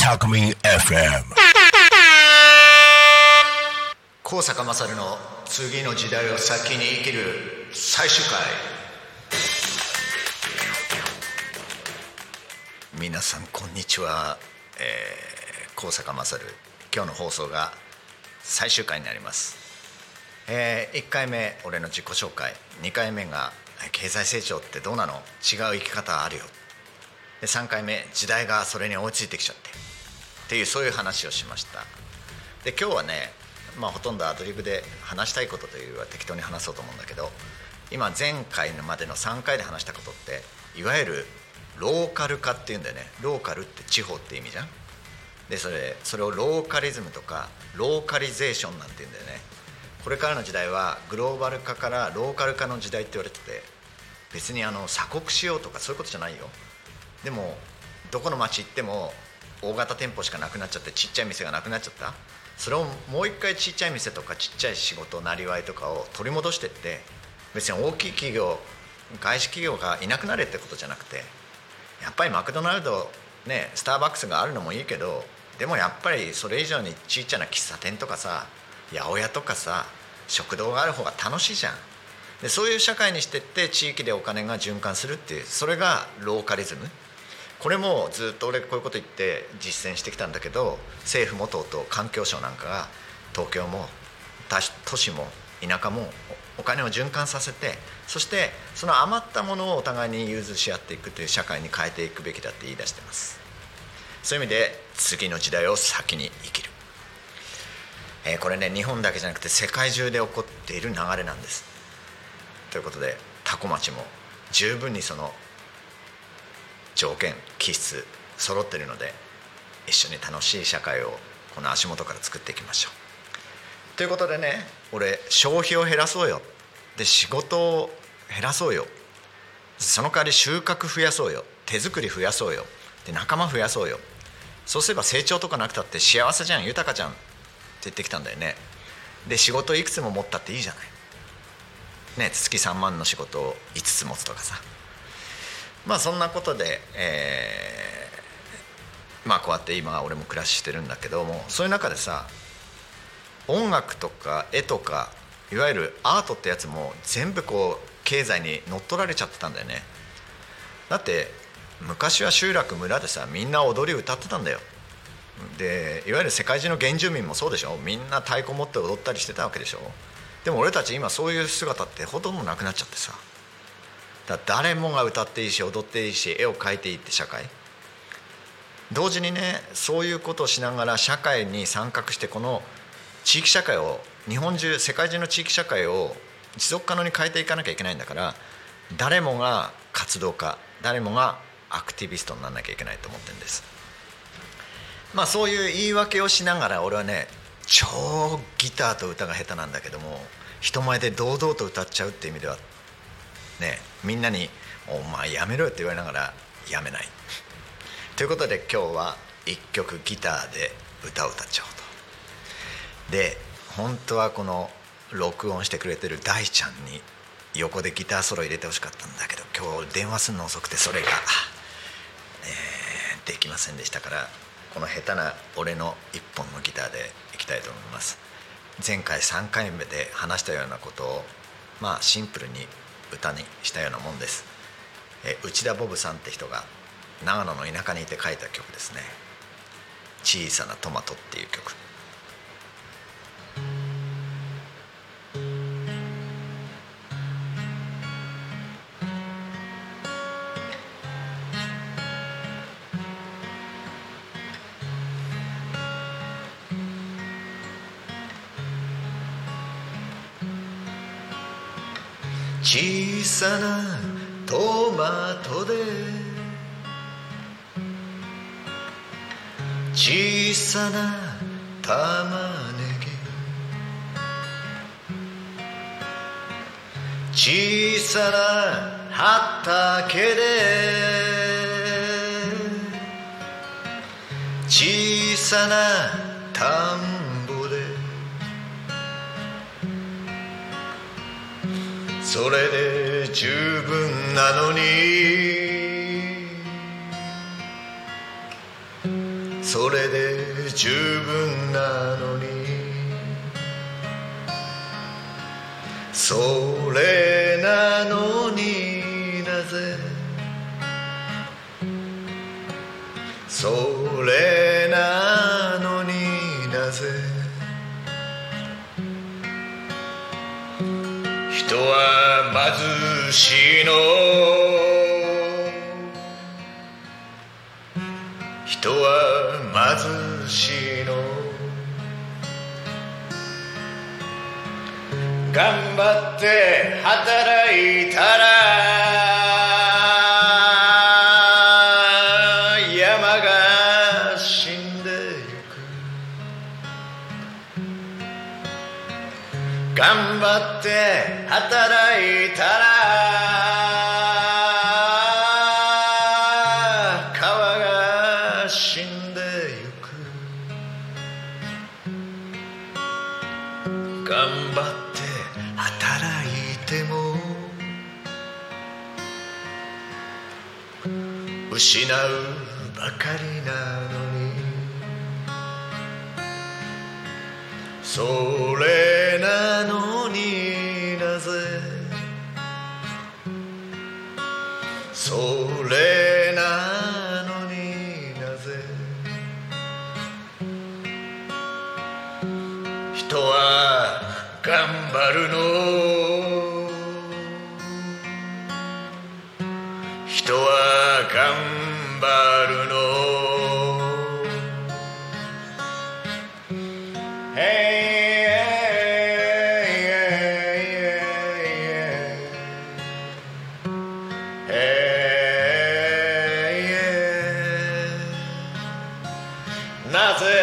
タクミン FM 高坂勝の次の時代を先に生きる最終回。皆さんこんにちは、高坂勝。今日の放送が最終回になります。1回目俺の自己紹介、2回目が経済成長ってどうなの、違う生き方あるよ。で3回目、時代がそれに追いついてきちゃっていう、そういう話をしました。で今日はね、ほとんどアドリブで話したいことというは適当に話そうと思うんだけど、今前回までの3回で話したことっていわゆるローカル化っていうんだよね。ローカルって地方って意味じゃん。でそれをローカリズムとかローカリゼーションなんて言うんだよね。これからの時代はグローバル化からローカル化の時代って言われてて、別に鎖国しようとかそういうことじゃないよ。でもどこの町行っても大型店舗しかなくなっちゃって、ちっちゃい店がなくなっちゃった。それをもう一回ちっちゃい店とかちっちゃい仕事なりわいとかを取り戻してって、別に大きい企業、外資企業がいなくなれってことじゃなくて、やっぱりマクドナルドね、スターバックスがあるのもいいけど、でもやっぱりそれ以上にちっちゃな喫茶店とかさ、八百屋とかさ、食堂がある方が楽しいじゃん。でそういう社会にしてって地域でお金が循環するっていう、それがローカリズム。これもずっと俺こういうこと言って実践してきたんだけど、政府もとうとう環境省なんかが東京も都市も田舎もお金を循環させて、そしてその余ったものをお互いに融通し合っていくという社会に変えていくべきだって言い出してます。そういう意味で次の時代を先に生きる、これね、日本だけじゃなくて世界中で起こっている流れなんです。ということで多古町も十分にその条件気質揃っているので、一緒に楽しい社会をこの足元から作っていきましょう。ということでね、俺消費を減らそうよ、で仕事を減らそうよ、その代わり収穫増やそうよ、手作り増やそうよ、で仲間増やそうよ。そうすれば成長とかなくたって幸せじゃん、豊かじゃんって言ってきたんだよね。で仕事いくつも持ったっていいじゃないね。月3万の仕事を5つ持つとかさ、そんなことで、こうやって今俺も暮らしてるんだけども、そういう中でさ、音楽とか絵とかいわゆるアートってやつも全部こう経済に乗っ取られちゃってたんだよね。だって昔は集落村でさ、みんな踊り歌ってたんだよ。でいわゆる世界中の原住民もそうでしょ。みんな太鼓持って踊ったりしてたわけでしょ。でも俺たち今そういう姿ってほとんどなくなっちゃってさ、誰もが歌っていいし踊っていいし絵を描いていいって社会、同時にね、そういうことをしながら社会に参画して、この地域社会を日本中世界中の地域社会を持続可能に変えていかなきゃいけないんだから、誰もが活動家、誰もがアクティビストにならなきゃいけないと思ってるんです。そういう言い訳をしながら、俺はね、超ギターと歌が下手なんだけども、人前で堂々と歌っちゃうっていう意味ではね、みんなにお前やめろよって言われながらやめないということで、今日は一曲ギターで歌を歌っちゃおうと。で本当はこの録音してくれてる大ちゃんに横でギターソロ入れてほしかったんだけど、今日電話するの遅くてそれが、できませんでしたから、この下手な俺の一本のギターでいきたいと思います。前回3回目で話したようなことをシンプルに歌にしたようなもんです。内田ボブさんって人が長野の田舎にいて書いた曲ですね。小さなトマトっていう曲。小さなトマトで小さな玉ねぎ、小さな畑で小さな田んぼで、それで十分なのに、そそれで十分なのに、それなのになぜ、それなのになぜ、人は貧しいの、人は貧しいの、頑張って働いたら山が死んでゆく、頑張って働いたら川が死んでゆく、頑張って働いても失うばかりなのに、それなのになぜ、それなのになぜ、人は頑張るの、人は頑張るの、なぜ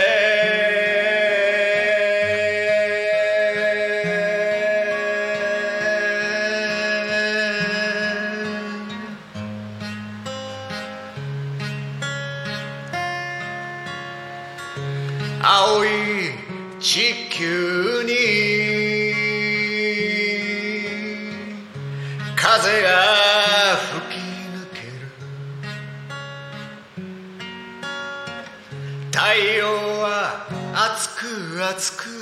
青い地球に風が吹き抜ける、太陽は熱く熱く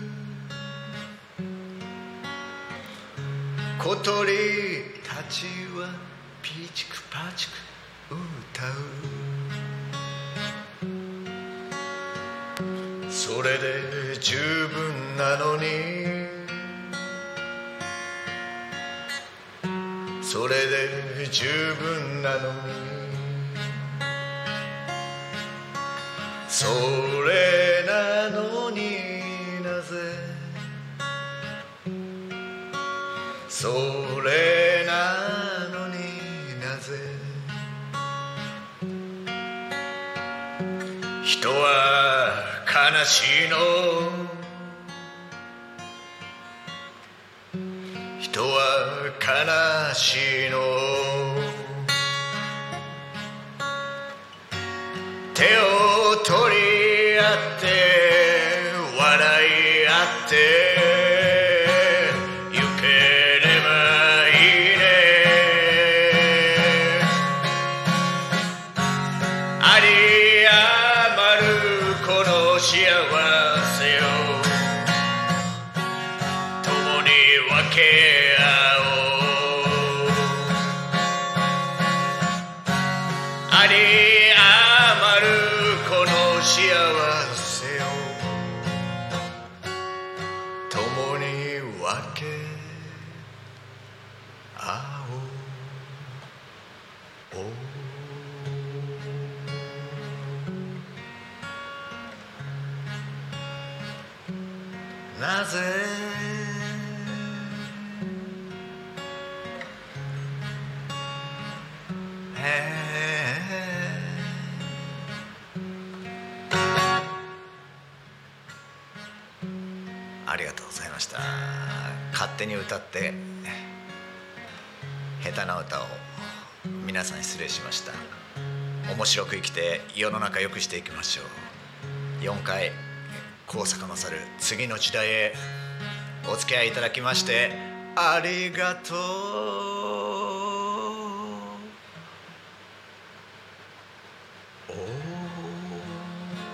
小鳥たちはピチクパチク歌う、それで十分なのに、それで十分なのに、それなのになぜ、それなのになぜ、人は悲しいの、人は悲しいの、手を取り合って笑い合ってゆければいいね、あり余るこの幸せを共に分け合おう、あり余るこの幸せを共に分け合おう。なぜありがとうございました。勝手に歌って下手な歌を皆さん失礼しました。面白く生きて世の中良くしていきましょう。4回高坂勝次の時代へお付き合いいただきましてありがとう。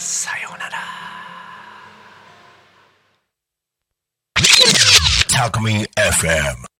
さようなら。 Talk Me FM